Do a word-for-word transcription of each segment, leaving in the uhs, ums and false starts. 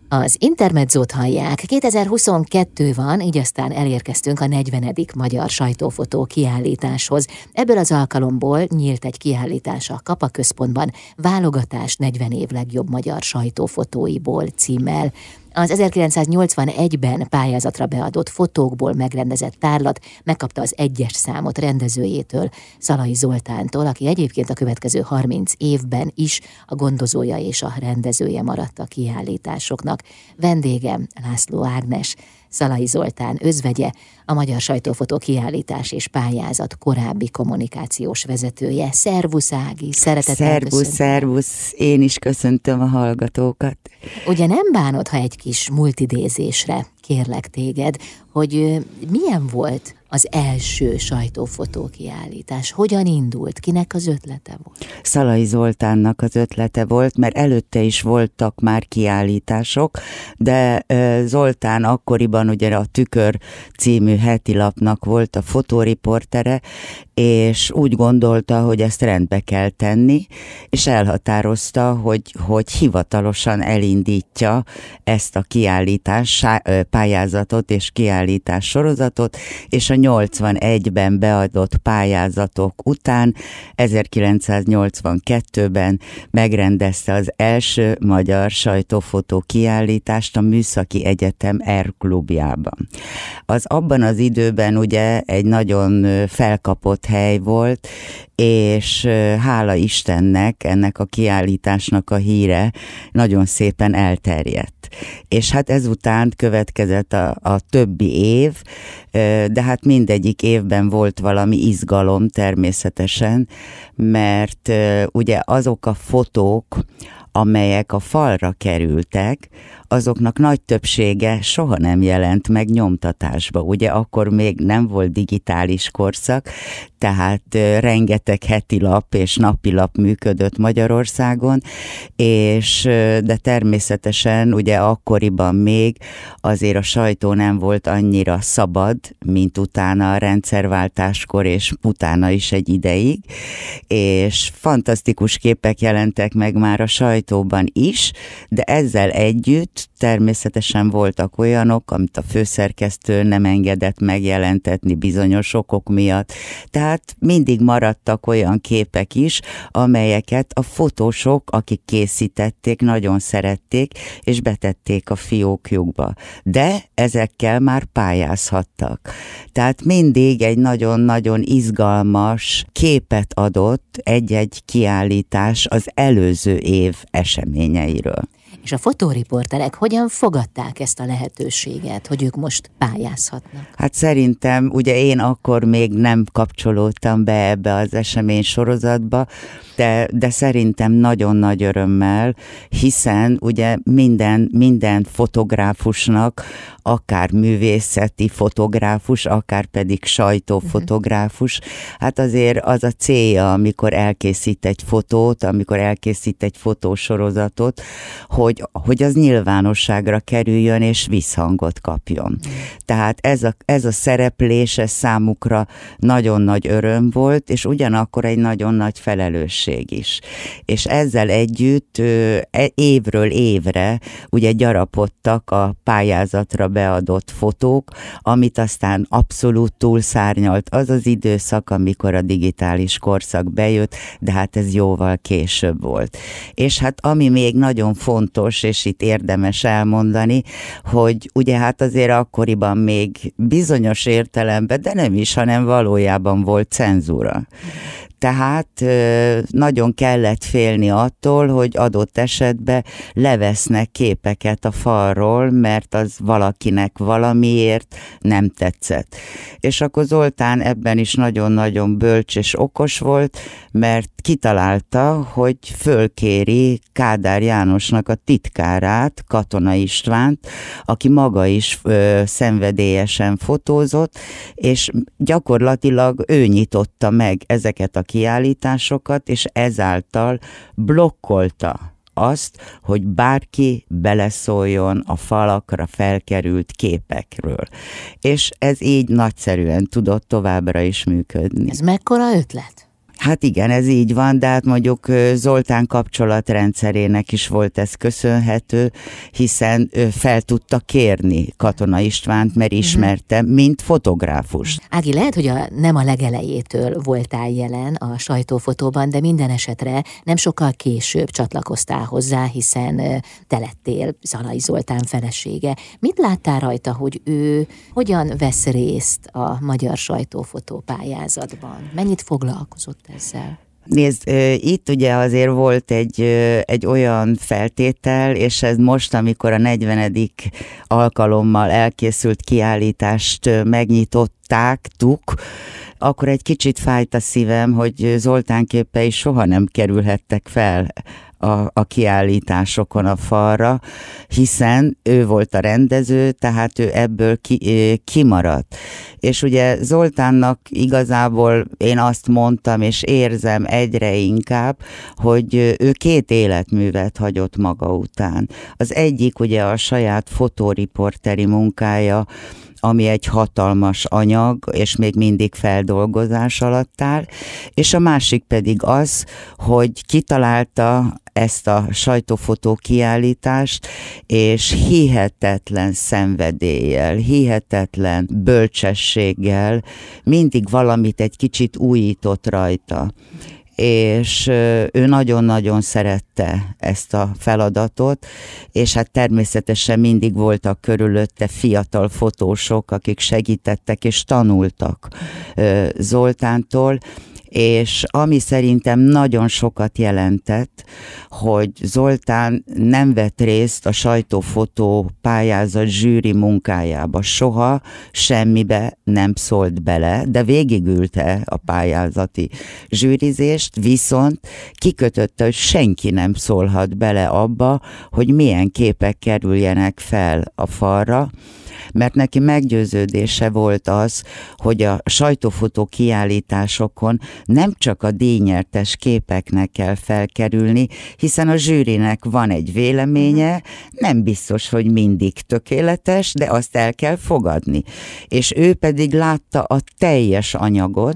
Az Intermedzót hallják. kétezer-huszonkettő van, így aztán elérkeztünk a negyvenedik Magyar Sajtófotó kiállításhoz. Ebből az alkalomból nyílt egy kiállítás a Kapa Központban, Válogatás negyven év legjobb magyar sajtófotóiból címmel. Az ezerkilencszáznyolcvanegyben pályázatra beadott fotókból megrendezett tárlat megkapta az egyes számot rendezőjétől, Szalai Zoltántól, aki egyébként a következő harminc évben is a gondozója és a rendezője maradt a kiállításoknak. Vendégem László Ágnes, Szalai Zoltán özvegye, a Magyar Sajtófotó kiállítás és pályázat korábbi kommunikációs vezetője. Szervusz Ági, szeretettel Szervusz, köszöntöm. szervusz, én is köszöntöm a hallgatókat. Ugye nem bánod, ha egy kis multidézésre kérlek téged, hogy milyen volt az első sajtófotó kiállítás? Hogyan indult? Kinek az ötlete volt? Szalai Zoltánnak az ötlete volt, mert előtte is voltak már kiállítások, de Zoltán akkoriban ugye a Tükör című heti lapnak volt a fotóriportere, és úgy gondolta, hogy ezt rendbe kell tenni, és elhatározta, hogy, hogy hivatalosan elindítja ezt a kiállítás pályázatot és kiállítás sorozatot, és a nyolcvanegyben beadott pályázatok után ezerkilencszáznyolcvankettőben megrendezte az első magyar sajtófotó kiállítást a Műszaki Egyetem R-klubjában. Az abban az időben ugye egy nagyon felkapott hely volt, és hála Istennek ennek a kiállításnak a híre nagyon szépen elterjedt. És hát ezután következett a, a többi év, de hát mindegyik évben volt valami izgalom természetesen, mert ugye azok a fotók, amelyek a falra kerültek, azoknak nagy többsége soha nem jelent meg nyomtatásba. Ugye akkor még nem volt digitális korszak, tehát rengeteg heti lap és napi lap működött Magyarországon, és de természetesen ugye akkoriban még azért a sajtó nem volt annyira szabad, mint utána a rendszerváltáskor, és utána is egy ideig, és fantasztikus képek jelentek meg már a sajtóban is, de ezzel együtt természetesen voltak olyanok, amit a főszerkesztő nem engedett megjelentetni bizonyos okok miatt. Tehát mindig maradtak olyan képek is, amelyeket a fotósok, akik készítették, nagyon szerették, és betették a fiókjukba. De ezekkel már pályázhattak. Tehát mindig egy nagyon-nagyon izgalmas képet adott egy-egy kiállítás az előző év eseményeiről. És a fotóriporterek hogyan fogadták ezt a lehetőséget, hogy ők most pályázhatnak? Hát szerintem, ugye én akkor még nem kapcsolódtam be ebbe az esemény sorozatba, de, de szerintem nagyon nagy örömmel, hiszen ugye minden, minden fotográfusnak, akár művészeti fotográfus, akár pedig sajtófotográfus, hát azért az a célja, amikor elkészít egy fotót, amikor elkészít egy fotósorozatot, hogy, hogy az nyilvánosságra kerüljön és visszhangot kapjon. Tehát ez a, ez a szereplés, ez számukra nagyon nagy öröm volt, és ugyanakkor egy nagyon nagy felelősség is. És ezzel együtt évről évre ugye gyarapodtak a pályázatra beadott fotók, amit aztán abszolút túlszárnyalt az az időszak, amikor a digitális korszak bejött, de hát ez jóval később volt. És hát ami még nagyon fontos, és itt érdemes elmondani, hogy ugye hát azért akkoriban még bizonyos értelemben, de nem is, hanem valójában volt cenzúra. Tehát nagyon kellett félni attól, hogy adott esetben levesznek képeket a falról, mert az valakinek valamiért nem tetszett. És akkor Zoltán ebben is nagyon-nagyon bölcs és okos volt, mert kitalálta, hogy fölkéri Kádár Jánosnak a titkárát, Katona Istvánt, aki maga is ö, szenvedélyesen fotózott, és gyakorlatilag ő nyitotta meg ezeket a kiállításokat, és ezáltal blokkolta azt, hogy bárki beleszóljon a falakra felkerült képekről. És ez így nagyszerűen tudott továbbra is működni. Ez mekkora ötlet? Hát igen, ez így van, de hát mondjuk Zoltán kapcsolatrendszerének is volt ez köszönhető, hiszen fel tudta kérni Katona Istvánt, mert ismerte, mint fotográfus. Ági, lehet, hogy a, nem a legelejétől voltál jelen a sajtófotóban, de minden esetre nem sokkal később csatlakoztál hozzá, hiszen te lettél Szalai Zoltán felesége. Mit láttál rajta, hogy ő hogyan vesz részt a magyar sajtófotó pályázatban? Mennyit foglalkozott ezzel? Nézd, itt ugye azért volt egy, egy olyan feltétel, és ez most, amikor a negyvenedik alkalommal elkészült kiállítást megnyitották, tuk, akkor egy kicsit fájt a szívem, hogy Zoltán képei soha nem kerülhettek fel a, a kiállításokon a falra, hiszen ő volt a rendező, tehát ő ebből ki, kimaradt. És ugye Zoltánnak igazából én azt mondtam, és érzem egyre inkább, hogy ő két életművet hagyott maga után. Az egyik ugye a saját fotóriporteri munkája, ami egy hatalmas anyag, és még mindig feldolgozás alatt áll, és a másik pedig az, hogy kitalálta ezt a sajtófotó kiállítást, és hihetetlen szenvedéllyel, hihetetlen bölcsességgel mindig valamit egy kicsit újított rajta. És ő nagyon-nagyon szerette ezt a feladatot, és hát természetesen mindig voltak körülötte fiatal fotósok, akik segítettek és tanultak Zoltántól, és ami szerintem nagyon sokat jelentett, hogy Zoltán nem vett részt a sajtófotó pályázat zsűri munkájába, soha semmibe nem szólt bele, de végigülte a pályázati zsűrizést, viszont kikötötte, hogy senki nem szólhat bele abba, hogy milyen képek kerüljenek fel a falra, mert neki meggyőződése volt az, hogy a sajtófotó kiállításokon nem csak a díjnyertes képeknek kell felkerülni, hiszen a zsűrinek van egy véleménye, nem biztos, hogy mindig tökéletes, de azt el kell fogadni. És ő pedig látta a teljes anyagot,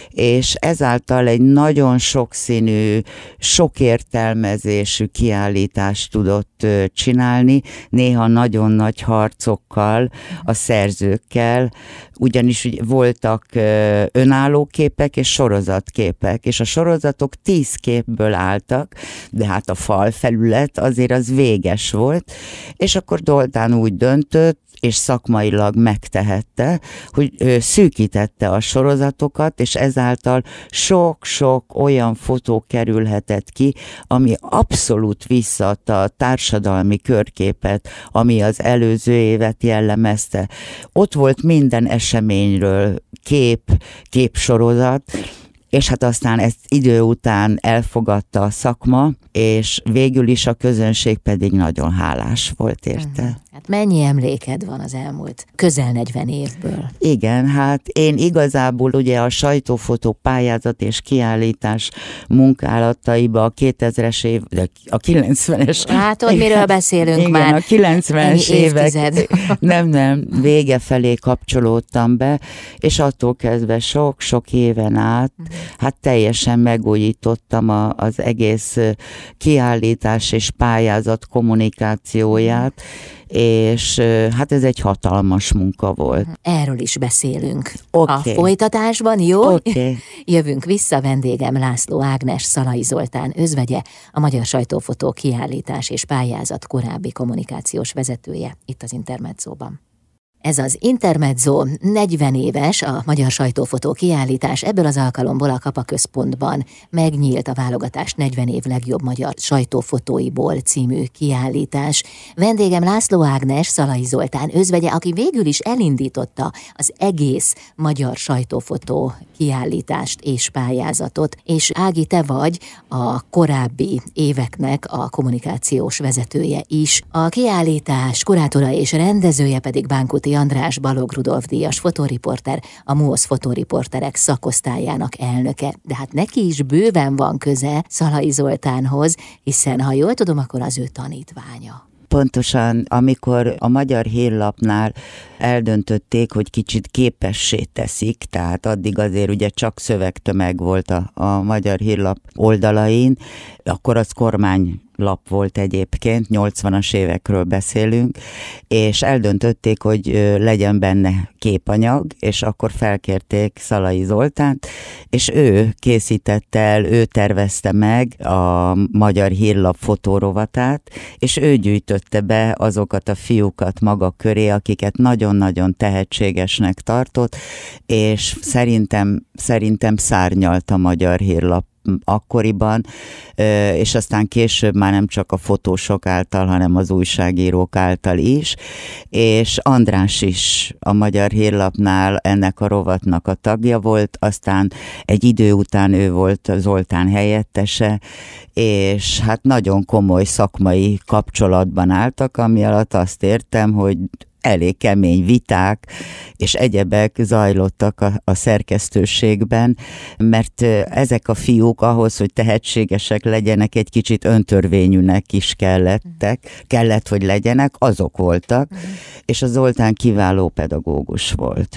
és ezáltal egy nagyon sokszínű, sok értelmezésű kiállítást tudott csinálni, néha nagyon nagy harcokkal, a szerzőkkel, ugyanis voltak önálló képek és sorozatképek, és a sorozatok tíz képből álltak, de hát a falfelület azért az véges volt, és akkor Zoltán úgy döntött, és szakmailag megtehette, hogy szűkítette a sorozatokat, és ezáltal sok-sok olyan fotó kerülhetett ki, ami abszolút visszaadta a társadalmi körképet, ami az előző évet jellemezte. Ott volt minden eseményről kép, képsorozat, és hát aztán ezt idő után elfogadta a szakma, és végül is a közönség pedig nagyon hálás volt érte. Hát mennyi emléked van az elmúlt közel negyven évből? Igen, hát én igazából ugye a sajtófotó pályázat és kiállítás munkálataiba a kétezres év, a kilencvenes... Látod, miről beszélünk igen, már? a kilencvenes évek, nem, nem, vége felé kapcsolódtam be, és attól kezdve sok-sok éven át, hát teljesen megújítottam a, az egész kiállítás és pályázat kommunikációját, és hát ez egy hatalmas munka volt. Erről is beszélünk okay. a folytatásban, jó? Okay. Jövünk vissza, vendégem László Ágnes, Szalai Zoltán özvegye, a Magyar Sajtófotó Kiállítás és Pályázat korábbi kommunikációs vezetője itt az Intermedzóban. Ez az Intermezzo negyven éves, a Magyar Sajtófotó Kiállítás, ebből az alkalomból a Kapa Központban megnyílt a válogatás negyven év legjobb magyar sajtófotóiból című kiállítás. Vendégem László Ágnes, Szalai Zoltán özvegye, aki végül is elindította az egész magyar sajtófotó kiállítást és pályázatot, és Ági, te vagy a korábbi éveknek a kommunikációs vezetője is. A kiállítás kurátora és rendezője pedig Bánkuti András, Balogh Rudolf díjas fotóriporter, a MUOSZ fotóriporterek szakosztályának elnöke. De hát neki is bőven van köze Szalai Zoltánhoz, hiszen ha jól tudom, akkor az ő tanítványa. Pontosan, amikor a Magyar Hírlapnál eldöntötték, hogy kicsit képessé teszik, tehát addig azért ugye csak szövegtömeg volt a, a Magyar Hírlap oldalain, akkor az kormány lap volt egyébként, nyolcvanas évekről beszélünk, és eldöntötték, hogy legyen benne képanyag, és akkor felkérték Szalai Zoltánt, és ő készítette el, ő tervezte meg a Magyar Hírlap fotórovatát, és ő gyűjtötte be azokat a fiúkat maga köré, akiket nagyon-nagyon tehetségesnek tartott, és szerintem, szerintem szárnyalt a Magyar Hírlap akkoriban, és aztán később már nem csak a fotósok által, hanem az újságírók által is, és András is a Magyar Hírlapnál ennek a rovatnak a tagja volt, aztán egy idő után ő volt Zoltán helyettese, és hát nagyon komoly szakmai kapcsolatban álltak, ami alatt azt értem, hogy elég kemény viták és egyebek zajlottak a, a szerkesztőségben, mert ezek a fiúk ahhoz, hogy tehetségesek legyenek, egy kicsit öntörvényűnek is kellettek, kellett, hogy legyenek, azok voltak, uh-huh. és a Zoltán kiváló pedagógus volt.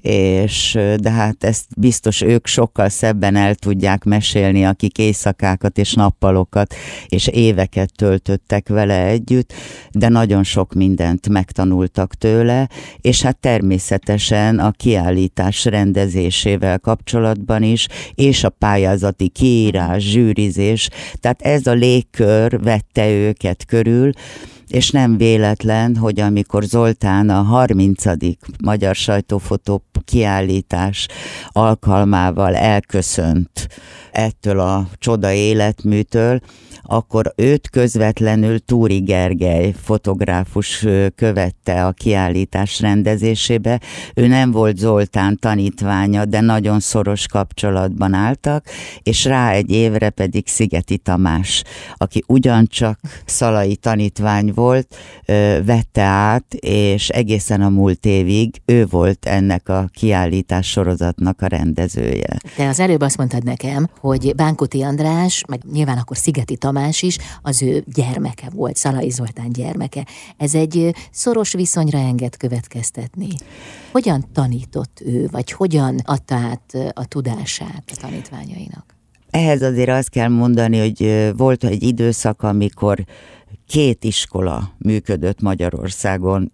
És, de hát ezt biztos ők sokkal szebben el tudják mesélni, akik éjszakákat és nappalokat és éveket töltöttek vele együtt, de nagyon sok mindent megtanultak tőle, és hát természetesen a kiállítás rendezésével kapcsolatban is, és a pályázati kiírás, zsűrizés, tehát ez a légkör vette őket körül, és nem véletlen, hogy amikor Zoltán a harmincadik Magyar Sajtófotó kiállítás alkalmával elköszönt ettől a csoda életműtől, akkor őt közvetlenül Túri Gergely fotográfus követte a kiállítás rendezésébe. Ő nem volt Zoltán tanítványa, de nagyon szoros kapcsolatban álltak, és rá egy évre pedig Szigeti Tamás, aki ugyancsak Szalai tanítvány volt, vette át, és egészen a múlt évig ő volt ennek a kiállítás sorozatnak a rendezője. Te az előbb azt mondtad nekem, hogy Bánkuti András, meg nyilván akkor Szigeti Tamás is az ő gyermeke volt, Szalai Zoltán gyermeke. Ez egy szoros viszonyra enged következtetni. Hogyan tanított ő, vagy hogyan adta át a tudását a tanítványainak? Ehhez azért azt kell mondani, hogy volt egy időszak, amikor két iskola működött Magyarországon,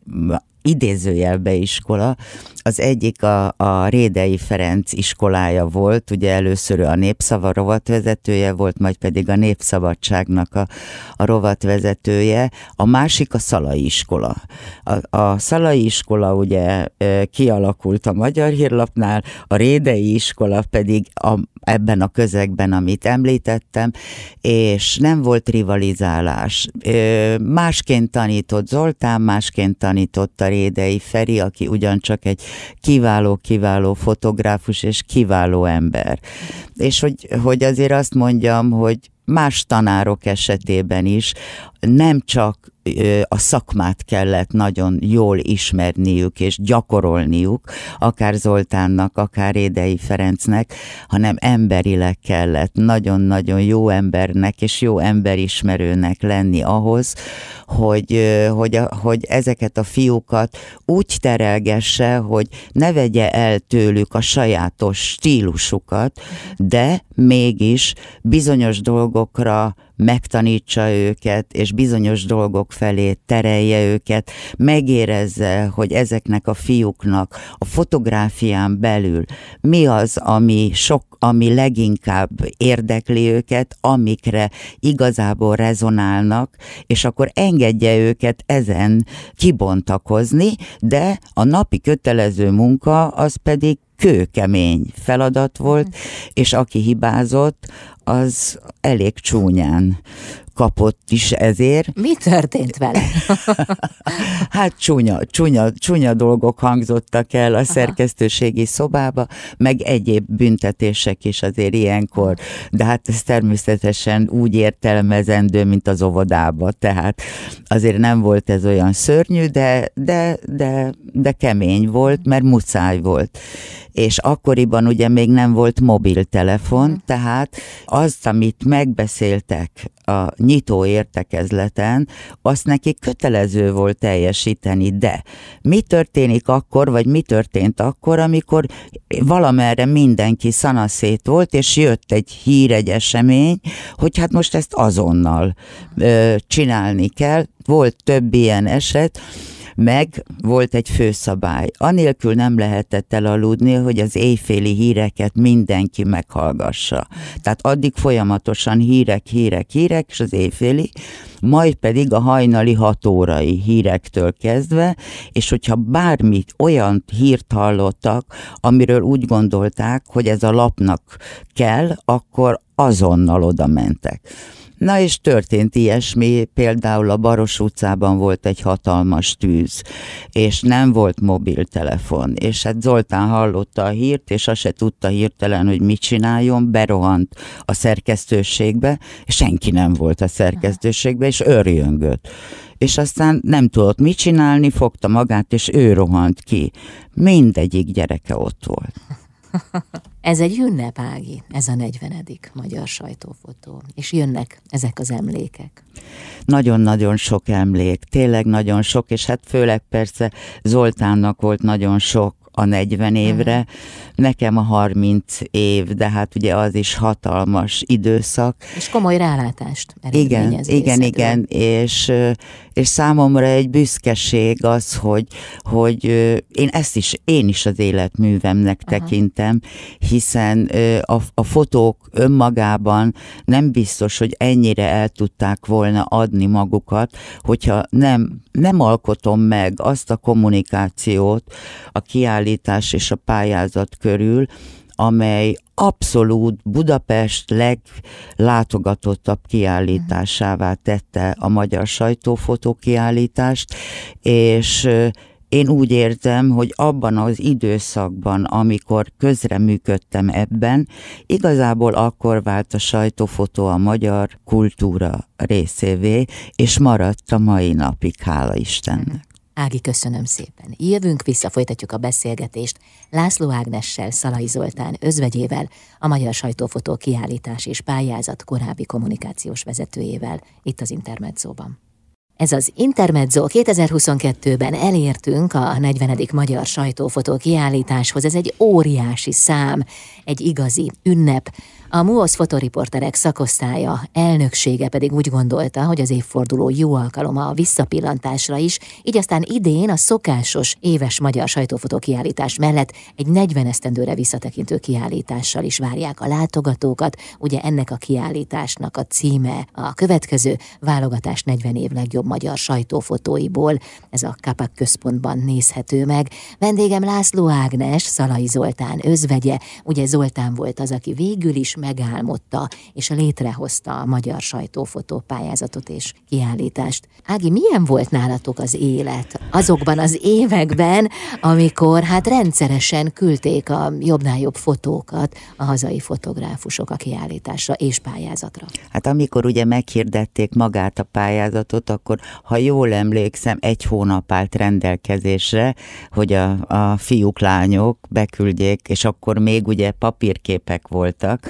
idézőjelbe iskola. Az egyik a, a Rédei Ferenc iskolája volt, ugye először a Népszava rovatvezetője volt, majd pedig a Népszabadságnak a, a rovatvezetője. A másik a Szalai iskola. A, a Szalai iskola ugye kialakult a Magyar Hírlapnál, a Rédei iskola pedig a, ebben a közegben, amit említettem, és nem volt rivalizálás. Másként tanított Zoltán, másként tanított a Rédei Feri, aki ugyancsak egy kiváló-kiváló fotográfus és kiváló ember. És hogy, hogy azért azt mondjam, hogy más tanárok esetében is nem csak a szakmát kellett nagyon jól ismerniük és gyakorolniuk, akár Zoltánnak, akár Rédei Ferencnek, hanem emberileg kellett nagyon-nagyon jó embernek és jó emberismerőnek lenni ahhoz, hogy, hogy, hogy ezeket a fiúkat úgy terelgesse, hogy ne vegye el tőlük a sajátos stílusukat, de mégis bizonyos dolgokra megtanítsa őket, és bizonyos dolgok felé terelje őket, megérezze, hogy ezeknek a fiúknak a fotográfián belül mi az, ami sok, ami leginkább érdekli őket, amikre igazából rezonálnak, és akkor engedje őket ezen kibontakozni, de a napi kötelező munka az pedig kőkemény feladat volt, és aki hibázott, az elég csúnyán kapott is ezért. Mi történt vele? Hát csúnya, csúnya, csúnya dolgok hangzottak el a Aha. szerkesztőségi szobába, meg egyéb büntetések is azért ilyenkor, de hát ez természetesen úgy értelmezendő, mint az óvodába, tehát azért nem volt ez olyan szörnyű, de, de, de, de kemény volt, mert muszáj volt. És akkoriban ugye még nem volt mobiltelefon, tehát azt, amit megbeszéltek a, a nyitó értekezleten, azt neki kötelező volt teljesíteni, de mi történik akkor, vagy mi történt akkor, amikor valamerre mindenki szanaszét volt, és jött egy hír, egy esemény, hogy hát most ezt azonnal ö, csinálni kell. Volt több ilyen eset, meg volt egy főszabály. Anélkül nem lehetett elaludni, hogy az éjféli híreket mindenki meghallgassa. Tehát addig folyamatosan hírek, hírek, hírek, és az éjféli, majd pedig a hajnali hat órai hírektől kezdve, és hogyha bármit, olyan hírt hallottak, amiről úgy gondolták, hogy ez a lapnak kell, akkor azonnal oda mentek. Na és történt ilyesmi, például a Baros utcában volt egy hatalmas tűz, és nem volt mobiltelefon, és hát Zoltán hallotta a hírt, és azt se tudta hirtelen, hogy mit csináljon, berohant a szerkesztőségbe, és senki nem volt a szerkesztőségbe, és örjöngött. És aztán nem tudott mit csinálni, fogta magát, és ő rohant ki. Mindegyik gyereke ott volt. Ez egy ünnep, Ági, ez a negyvenedik magyar sajtófotó, és jönnek ezek az emlékek. Nagyon-nagyon sok emlék, tényleg nagyon sok, és hát főleg persze Zoltánnak volt nagyon sok a negyven évre, uh-huh. nekem a harminc év, de hát ugye az is hatalmas időszak. És komoly rálátást Igen, igen, igen, és, és számomra egy büszkeség az, hogy, hogy én ezt is, én is az életművemnek uh-huh. tekintem, hiszen a, a fotók önmagában nem biztos, hogy ennyire el tudták volna adni magukat, hogyha nem, nem alkotom meg azt a kommunikációt a kiállítás és a pályázat körül, amely abszolút Budapest leglátogatottabb kiállításává tette a magyar sajtófotó kiállítást, és én úgy érzem, hogy abban az időszakban, amikor közreműködtem ebben, igazából akkor vált a sajtófotó a magyar kultúra részévé, és maradt a mai napig, hála Istennek. Ági, köszönöm szépen. Jövünk vissza, folytatjuk a beszélgetést László Ágnessel, Szalai Zoltán özvegyével, a Magyar Sajtófotó Kiállítás és Pályázat korábbi kommunikációs vezetőjével, itt az Intermedzóban. Ez az Intermezzo, kétezer-huszonkettőben elértünk a negyvenedik Magyar Sajtófotó Kiállításhoz. Ez egy óriási szám, egy igazi ünnep. A MUOSZ fotoriporterek szakosztálya, elnöksége pedig úgy gondolta, hogy az évforduló jó alkalom a visszapillantásra is, így aztán idén a szokásos éves magyar sajtófotó kiállítás mellett egy negyven esztendőre visszatekintő kiállítással is várják a látogatókat. Ugye ennek a kiállításnak a címe a következő, válogatás negyven év legjobb magyar sajtófotóiból. Ez a Kapak központban nézhető meg. Vendégem László Ágnes, Szalai Zoltán özvegye. Ugye Zoltán volt az, aki végül is megálmodta és létrehozta a magyar sajtófotó pályázatot és kiállítást. Ági, milyen volt nálatok az élet azokban az években, amikor hát rendszeresen küldték a jobbnál jobb fotókat a hazai fotográfusok a kiállításra és pályázatra? Hát amikor ugye meghirdették magát a pályázatot, akkor ha jól emlékszem, egy hónap állt rendelkezésre, hogy a, a fiúk, lányok beküldjék, és akkor még ugye papírképek voltak.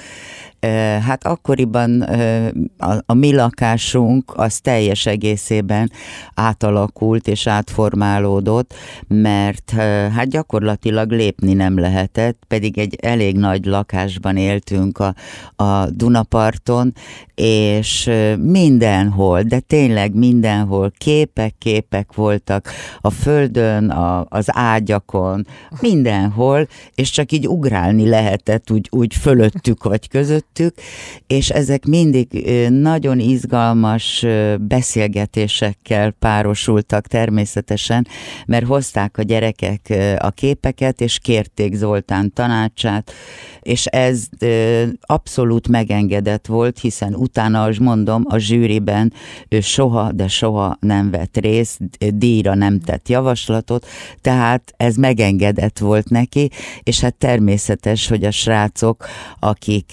Hát akkoriban a, a mi lakásunk az teljes egészében átalakult és átformálódott, mert hát gyakorlatilag lépni nem lehetett, pedig egy elég nagy lakásban éltünk a, a Dunaparton, és mindenhol, de tényleg mindenhol képek, képek voltak a földön, a, az ágyakon, mindenhol, és csak így ugrálni lehetett úgy, úgy fölöttük vagy közöttük, és ezek mindig nagyon izgalmas beszélgetésekkel párosultak természetesen, mert hozták a gyerekek a képeket, és kérték Zoltán tanácsát, és ez abszolút megengedett volt, hiszen utána, ahogy mondom, a zsűriben ő soha, de soha nem vett részt, díjra nem tett javaslatot, tehát ez megengedett volt neki, és hát természetes, hogy a srácok, akik vagy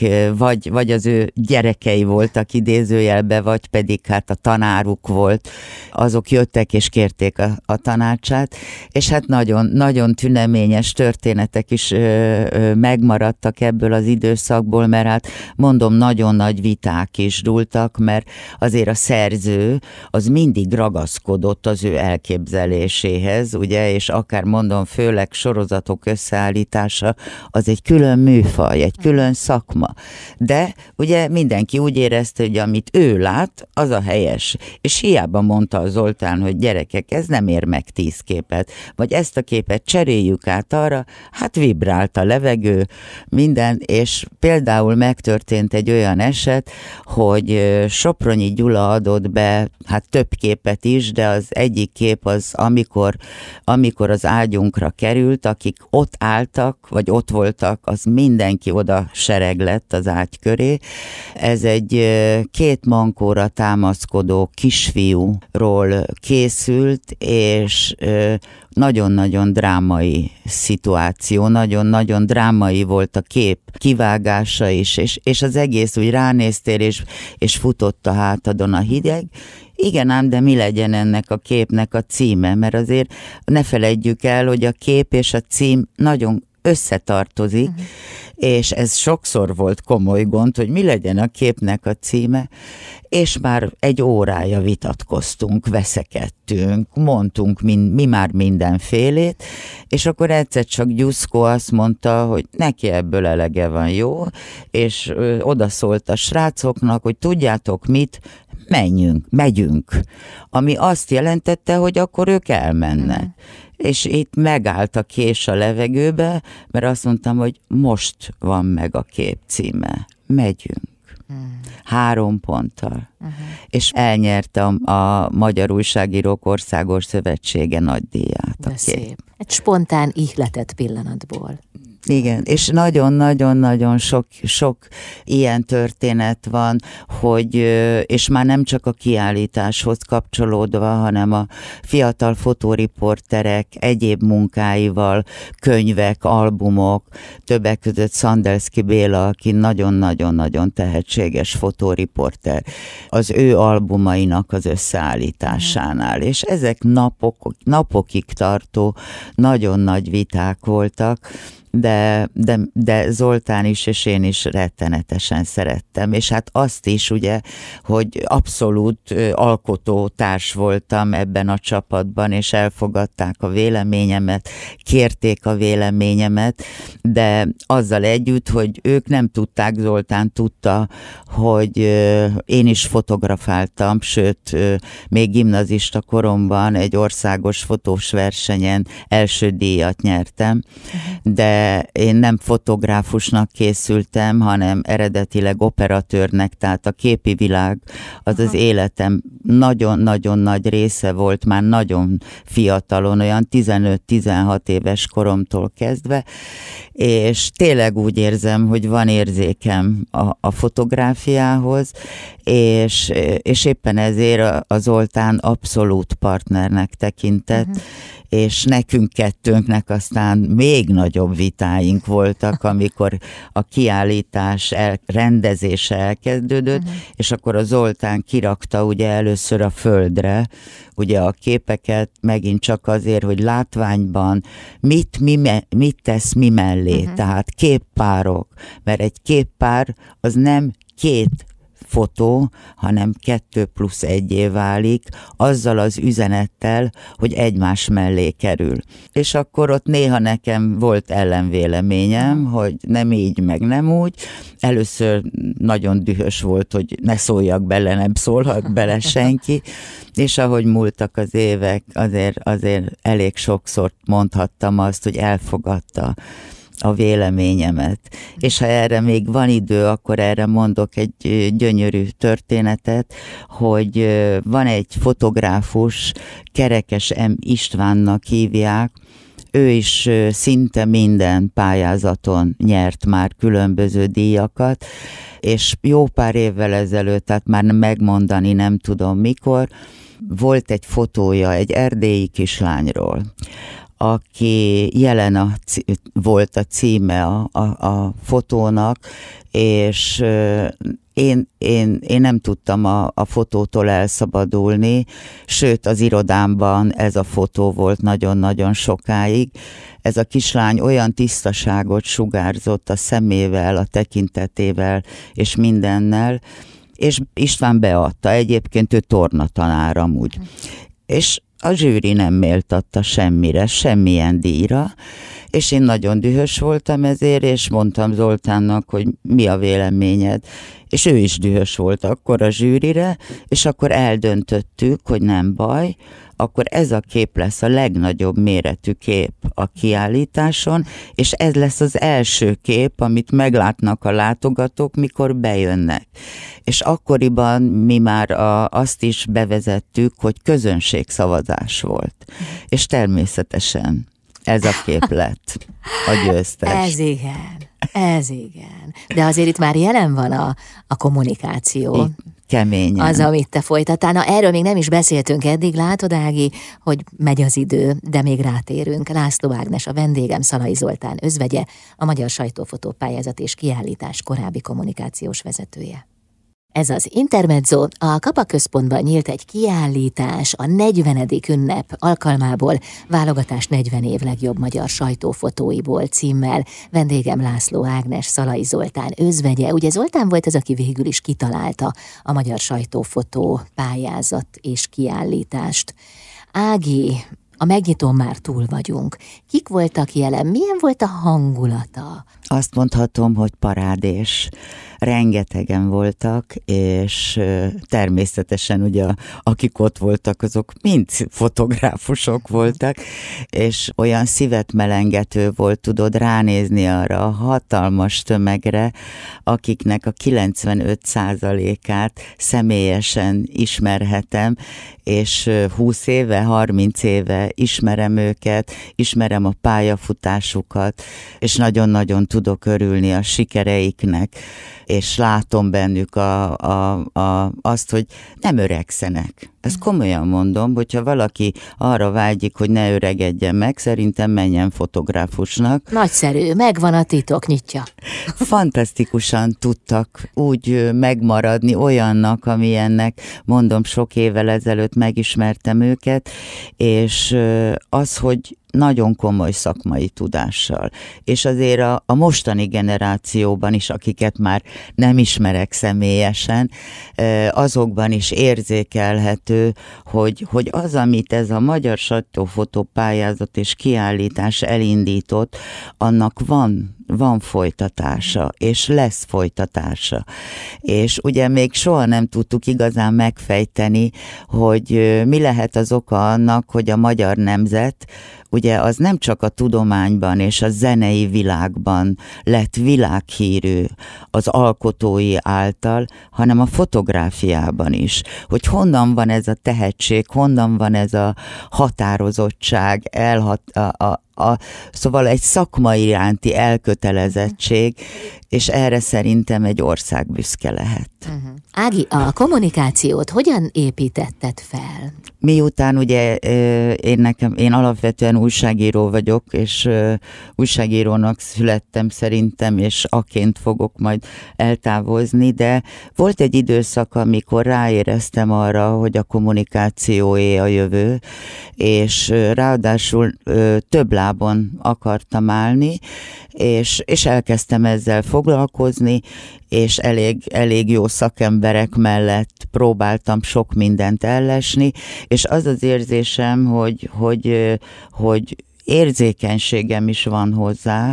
vagy, vagy az ő gyerekei voltak idézőjelbe, vagy pedig hát a tanáruk volt, azok jöttek és kérték a, a tanácsát, és hát nagyon, nagyon tüneményes történetek is ö, ö, megmaradtak ebből az időszakból, mert hát mondom, nagyon nagy viták is dúltak, mert azért a szerző az mindig ragaszkodott az ő elképzeléséhez, ugye, és akár mondom, főleg sorozatok összeállítása, az egy külön műfaj, egy külön szakma. De ugye mindenki úgy érezte, hogy amit ő lát, az a helyes. És hiába mondta a Zoltán, hogy gyerekek, ez nem ér meg tíz képet, vagy ezt a képet cseréljük át arra, hát vibrált a levegő, minden, és például megtörtént egy olyan eset, hogy Sopronyi Gyula adott be, hát több képet is, de az egyik kép az, amikor, amikor az ágyunkra került, akik ott álltak, vagy ott voltak, az mindenki oda sereglett az ágy köré. Ez egy két mankóra támaszkodó kisfiúról készült, és nagyon-nagyon drámai szituáció, nagyon-nagyon drámai volt a kép kivágása is, és, és az egész úgy ránéztél, és, és futott a hátadon a hideg. Igen ám, de mi legyen ennek a képnek a címe, mert azért ne feledjük el, hogy a kép és a cím nagyon összetartozik, uh-huh. és ez sokszor volt komoly gond, hogy mi legyen a képnek a címe, és már egy órája vitatkoztunk, veszekedtünk, mondtunk mi, mi már mindenfélét, és akkor egyszer csak Gyuszko azt mondta, hogy neki ebből elege van, jó, és ö, odaszólt a srácoknak, hogy tudjátok mit, menjünk, megyünk, ami azt jelentette, hogy akkor ők elmennek. Uh-huh. És itt megállt a kés a levegőbe, mert azt mondtam, hogy most van meg a kép címe. Megyünk. Hmm. Három ponttal. Uh-huh. És elnyerte a, a Magyar Újságírók Országos Szövetsége nagydíját. De szép. Egy spontán ihletett pillanatból. Igen, és nagyon-nagyon-nagyon sok, sok ilyen történet van, hogy, és már nem csak a kiállításhoz kapcsolódva, hanem a fiatal fotóriporterek egyéb munkáival, könyvek, albumok, többek között Szandelszky Béla, aki nagyon-nagyon-nagyon tehetséges fotóriporter, az ő albumainak az összeállításánál, és ezek napok, napokig tartó nagyon nagy viták voltak, De, de, de Zoltán is és én is rettenetesen szerettem, és hát azt is ugye, hogy abszolút alkotótárs voltam ebben a csapatban, és elfogadták a véleményemet, kérték a véleményemet, de azzal együtt, hogy ők nem tudták, Zoltán tudta, hogy én is fotografáltam, sőt, még gimnazista koromban egy országos fotós versenyen első díjat nyertem, de én nem fotográfusnak készültem, hanem eredetileg operatőrnek, tehát a képi világ az Aha. az életem nagyon-nagyon nagy része volt, már nagyon fiatalon, olyan tizenöt-tizenhat éves koromtól kezdve, és tényleg úgy érzem, hogy van érzékem a, a fotográfiához, és, és éppen ezért a Zoltán abszolút partnernek tekintett, uh-huh. és nekünk kettőnknek aztán még nagyobb vitáink voltak, amikor a kiállítás el, rendezése elkezdődött, uh-huh. és akkor a Zoltán kirakta ugye először a földre, ugye a képeket megint csak azért, hogy látványban mit, mi, mit tesz mi mellé, uh-huh. tehát képpárok, mert egy képpár az nem két fotó, hanem kettő plusz egyé válik, azzal az üzenettel, hogy egymás mellé kerül. És akkor ott néha nekem volt ellenvéleményem, hogy nem így, meg nem úgy. Először nagyon dühös volt, hogy ne szóljak bele, nem szólhat bele senki, és ahogy múltak az évek, azért, azért elég sokszor mondhattam azt, hogy elfogadta a véleményemet. És ha erre még van idő, akkor erre mondok egy gyönyörű történetet, hogy van egy fotográfus, Kerekes M. Istvánnak hívják, ő is szinte minden pályázaton nyert már különböző díjakat, és jó pár évvel ezelőtt, tehát már megmondani nem tudom mikor, volt egy fotója egy erdélyi kislányról, aki jelen a, volt a címe a, a, a fotónak, és én, én, én nem tudtam a, a fotótól elszabadulni, sőt az irodámban ez a fotó volt nagyon-nagyon sokáig. Ez a kislány olyan tisztaságot sugárzott a szemével, a tekintetével és mindennel, és István beadta, egyébként ő tornatanár amúgy. És a zsűri nem méltatta semmire, semmilyen díjra, és én nagyon dühös voltam ezért, és mondtam Zoltánnak, hogy mi a véleményed. És ő is dühös volt akkor a zsűrire, és akkor eldöntöttük, hogy nem baj, akkor ez a kép lesz a legnagyobb méretű kép a kiállításon, és ez lesz az első kép, amit meglátnak a látogatók, mikor bejönnek. És akkoriban mi már a, azt is bevezettük, hogy közönségszavazás volt. És természetesen ez a kép lett a győztes. Ez igen, ez igen. De azért itt már jelen van a, a kommunikáció. Itt keményen. Az, amit te folytattál. Na, erről még nem is beszéltünk eddig, látod, Ági, hogy megy az idő, de még rátérünk. László Ágnes, a vendégem, Szalai Zoltán özvegye, a Magyar Sajtófotó Pályázat és Kiállítás korábbi kommunikációs vezetője. Ez az Intermezzo, a Kapa Központban nyílt egy kiállítás a negyvenedik ünnep alkalmából, válogatás negyven év legjobb magyar sajtófotóiból címmel. Vendégem László Ágnes, Szalai Zoltán özvegye. Ugye Zoltán volt az, aki végül is kitalálta a Magyar Sajtófotó Pályázat és Kiállítást. Ági, a megnyitón már túl vagyunk. Kik voltak jelen? Milyen volt a hangulata? Azt mondhatom, hogy parádés. Rengetegen voltak, és természetesen ugye akik ott voltak, azok mind fotográfusok voltak, és olyan szívet melengető volt, tudod, ránézni arra a hatalmas tömegre, akiknek a kilencvenöt százalékát személyesen ismerhetem, és húsz éve, harminc éve ismerem őket, ismerem a pályafutásukat, és nagyon-nagyon tudok örülni a sikereiknek, és látom bennük a, a, a, azt, hogy nem öregszenek. Ezt komolyan mondom, hogyha valaki arra vágyik, hogy ne öregedjen meg, szerintem menjen fotográfusnak. Nagyszerű, megvan a titok, nyitja. Fantasztikusan tudtak úgy megmaradni olyannak, amilyennek, mondom, sok évvel ezelőtt megismertem őket, és az, hogy nagyon komoly szakmai tudással. És azért a, a mostani generációban is, akiket már nem ismerek személyesen, azokban is érzékelhető, hogy, hogy az, amit ez a Magyar Sajtófotó Pályázat és Kiállítás elindított, annak van van folytatása, és lesz folytatása. És ugye még soha nem tudtuk igazán megfejteni, hogy mi lehet az oka annak, hogy a magyar nemzet, ugye az nem csak a tudományban és a zenei világban lett világhírű az alkotói által, hanem a fotográfiában is. Hogy honnan van ez a tehetség, honnan van ez a határozottság, elhat, a, a, A, szóval egy szakmai iránti elkötelezettség, és erre szerintem egy ország büszke lehet. Uh-huh. Ági, a kommunikációt hogyan építetted fel? Miután ugye én, nekem, én alapvetően újságíró vagyok, és újságírónak születtem szerintem, és aként fogok majd eltávozni, de volt egy időszak, amikor ráéreztem arra, hogy a kommunikációé a jövő, és ráadásul több lábon akartam állni, és, és elkezdtem ezzel foglalkozni, és elég, elég jó szakemberek mellett próbáltam sok mindent ellesni, és az az érzésem, hogy, hogy, hogy érzékenységem is van hozzá,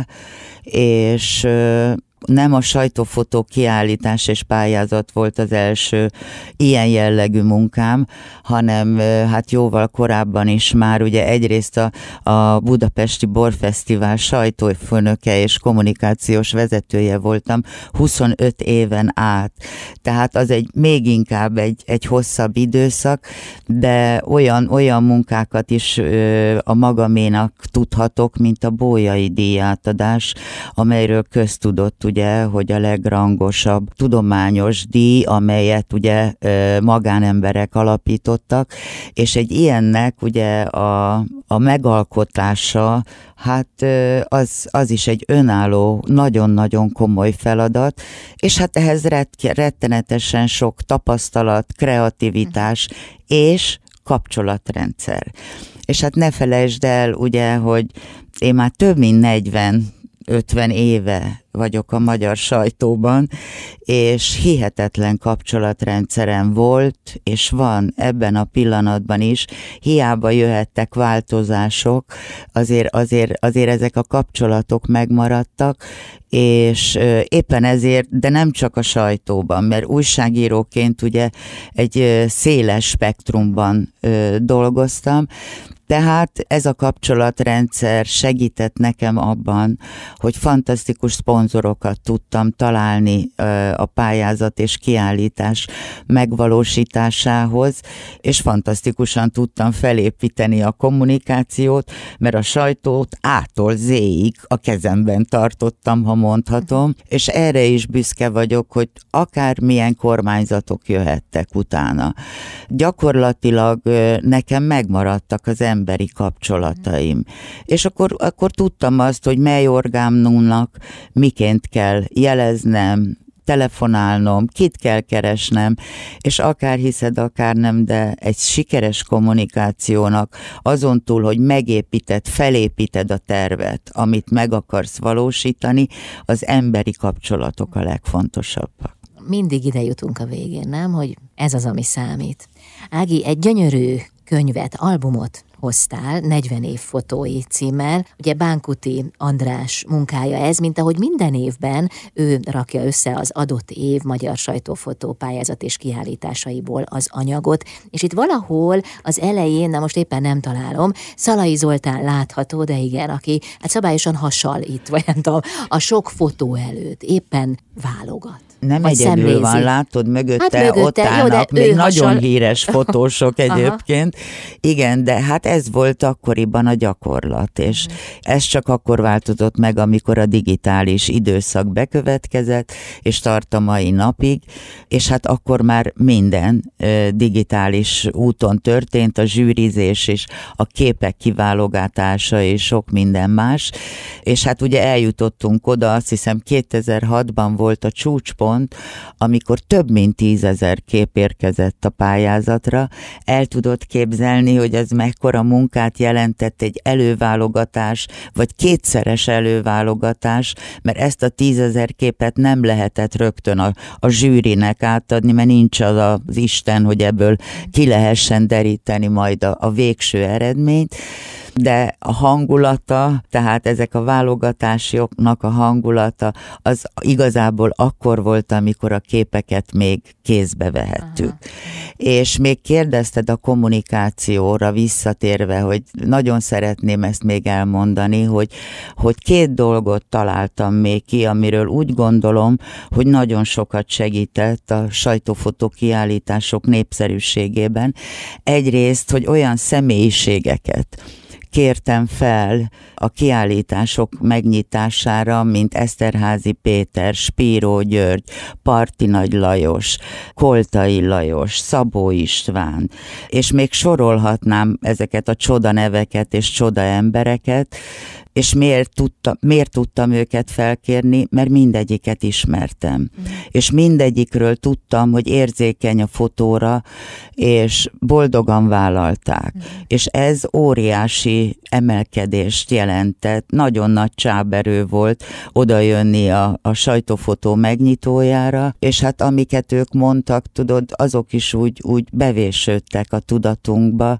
és nem a sajtófotó kiállítás és pályázat volt az első ilyen jellegű munkám, hanem hát jóval korábban is már ugye egyrészt a, a Budapesti Borfesztivál sajtófőnöke és kommunikációs vezetője voltam huszonöt éven át. Tehát az egy még inkább egy, egy hosszabb időszak, de olyan, olyan munkákat is ö, a magaménak tudhatok, mint a Bolyai díjátadás, amelyről köztudott ugye, hogy a legrangosabb tudományos díj, amelyet ugye magánemberek alapítottak, és egy ilyennek ugye a, a megalkotása, hát az, az is egy önálló, nagyon-nagyon komoly feladat, és hát ehhez rettenetesen sok tapasztalat, kreativitás és kapcsolatrendszer. És hát ne felejtsd el, ugye, hogy én már több mint negyven-ötven éve vagyok a magyar sajtóban, és hihetetlen kapcsolatrendszerem volt, és van ebben a pillanatban is, hiába jöhettek változások, azért, azért, azért ezek a kapcsolatok megmaradtak, és éppen ezért, de nem csak a sajtóban, mert újságíróként ugye egy széles spektrumban dolgoztam, tehát ez a kapcsolatrendszer segített nekem abban, hogy fantasztikus szponzorokat tudtam találni a pályázat és kiállítás megvalósításához, és fantasztikusan tudtam felépíteni a kommunikációt, mert a sajtót A-tól Z-ig a kezemben tartottam, ha mondhatom, és erre is büszke vagyok, hogy akármilyen kormányzatok jöhettek utána. Gyakorlatilag nekem megmaradtak az emberi kapcsolataim. És akkor, akkor tudtam azt, hogy mely orgánumnak miként kell jeleznem, telefonálnom, kit kell keresnem, és akár hiszed, akár nem, de egy sikeres kommunikációnak azon túl, hogy megépíted, felépíted a tervet, amit meg akarsz valósítani, az emberi kapcsolatok a legfontosabbak. Mindig ide jutunk a végén, nem? Hogy ez az, ami számít. Ági, egy gyönyörű könyvet, albumot hoztál, negyven év fotói címmel. Ugye Bánkuti András munkája ez, mint ahogy minden évben ő rakja össze az adott év magyar sajtófotó pályázat és kiállításaiból az anyagot, és itt valahol az elején, na most éppen nem találom, Szalai Zoltán látható, de igen, aki hát szabályosan hasonlít, vagy nem tudom, a sok fotó előtt éppen válogat. Nem egyedül szemlézi. Van, látod, mögötte, hát mögötte ott állnak jó, még nagyon hasonl... híres fotósok egyébként. Igen, de hát ez volt akkoriban a gyakorlat, és uh-huh. ez csak akkor változott meg, amikor a digitális időszak bekövetkezett, és tart a mai napig, és hát akkor már minden ö, digitális úton történt, a zsűrizés és a képek kiválogatása és sok minden más, és hát ugye eljutottunk oda, azt hiszem kétezer-hatban volt a csúcspont, amikor több mint tízezer kép érkezett a pályázatra. El tudod képzelni, hogy ez mekkora munkát jelentett egy előválogatás, vagy kétszeres előválogatás, mert ezt a tízezer képet nem lehetett rögtön a, a zsűrinek átadni, mert nincs az az Isten, hogy ebből ki lehessen deríteni majd a, a végső eredményt. De a hangulata, tehát ezek a válogatásoknak a hangulata, az igazából akkor volt, amikor a képeket még kézbe vehettük. Aha. És még kérdezted a kommunikációra visszatérve, hogy nagyon szeretném ezt még elmondani, hogy, hogy két dolgot találtam még ki, amiről úgy gondolom, hogy nagyon sokat segített a sajtófotó kiállítások népszerűségében. Egyrészt, hogy olyan személyiségeket kértem fel a kiállítások megnyitására, mint Eszterházy Péter, Spíró György, Parti Nagy Lajos, Koltai Lajos, Szabó István, és még sorolhatnám ezeket a csoda neveket és csoda embereket, és miért, tudta, miért tudtam őket felkérni, mert mindegyiket ismertem. Mm. És mindegyikről tudtam, hogy érzékeny a fotóra, és boldogan vállalták. Mm. És ez óriási emelkedést jelentett, nagyon nagy csáberő volt odajönni a, a sajtófotó megnyitójára, és hát amiket ők mondtak, tudod, azok is úgy, úgy bevésődtek a tudatunkba,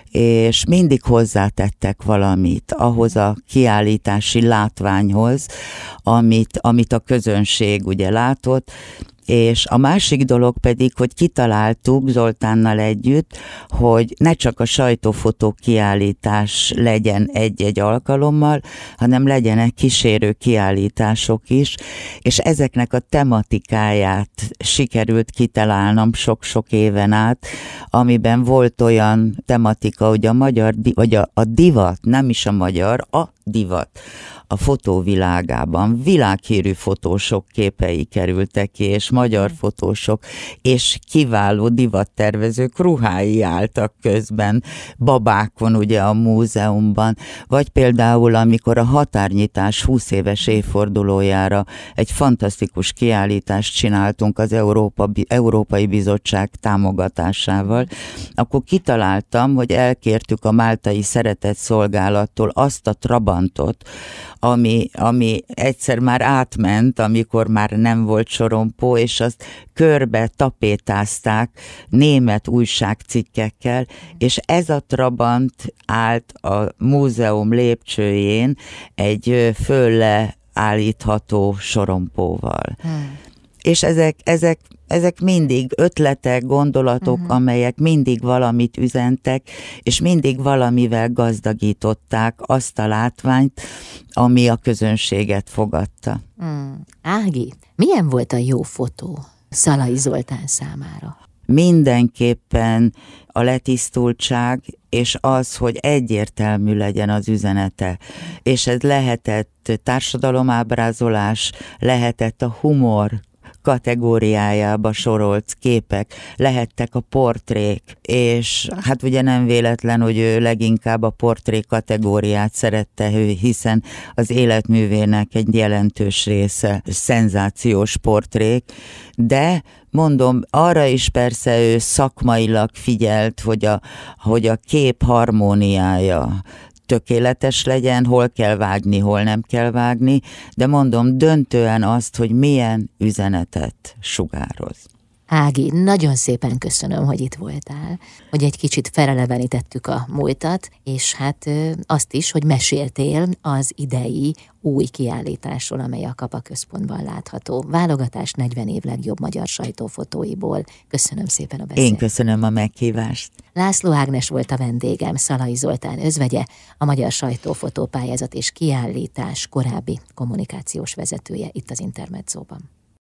és mindig hozzátettek valamit ahhoz a kiállítási látványhoz, amit, amit a közönség ugye látott, és a másik dolog pedig, hogy kitaláltuk Zoltánnal együtt, hogy ne csak a sajtófotó kiállítás legyen egy-egy alkalommal, hanem legyenek kísérő kiállítások is, és ezeknek a tematikáját sikerült kitalálnom sok-sok éven át, amiben volt olyan tematika, hogy a magyar, vagy a, a divat, nem is a magyar, a divat a fotóvilágában. Világhírű fotósok képei kerültek ki, és magyar fotósok, és kiváló divattervezők ruhái álltak közben, babákon ugye a múzeumban, vagy például amikor a határnyitás húsz éves évfordulójára egy fantasztikus kiállítást csináltunk az Európa, Európai Bizottság támogatásával, akkor kitaláltam, hogy elkértük a máltai szeretetszolgálattól azt a Trabantot, ami, ami egyszer már átment, amikor már nem volt sorompó, és azt körbe tapétázták német újságcikkekkel, és ez a Trabant állt a múzeum lépcsőjén egy fölle állítható sorompóval. Hmm. És ezek, ezek, ezek mindig ötletek, gondolatok, uh-huh. amelyek mindig valamit üzentek, és mindig valamivel gazdagították azt a látványt, ami a közönséget fogadta. Hmm. Ági, milyen volt a jó fotó Szalai Zoltán számára? Mindenképpen a letisztultság, és az, hogy egyértelmű legyen az üzenete. És ez lehetett társadalomábrázolás, lehetett a humor kategóriájába sorolt képek, lehettek a portrék, és hát ugye nem véletlen, hogy ő leginkább a portré kategóriát szerette, ő, hiszen az életművének egy jelentős része szenzációs portrék, de mondom, arra is persze ő szakmailag figyelt, hogy a, hogy a kép harmóniája tökéletes legyen, hol kell vágni, hol nem kell vágni, de mondom, döntően azt, hogy milyen üzenetet sugároz. Ági, nagyon szépen köszönöm, hogy itt voltál, hogy egy kicsit felelevenítettük a múltat, és hát azt is, hogy meséltél az idei új kiállításról, amely a Kapa Központban látható. Válogatás negyven év legjobb magyar sajtófotóiból. Köszönöm szépen a beszélgetést. Én köszönöm a meghívást. László Ágnes volt a vendégem, Szalai Zoltán özvegye, a Magyar Sajtófotó Pályázat és Kiállítás korábbi kommunikációs vezetője itt az Intermedzóban.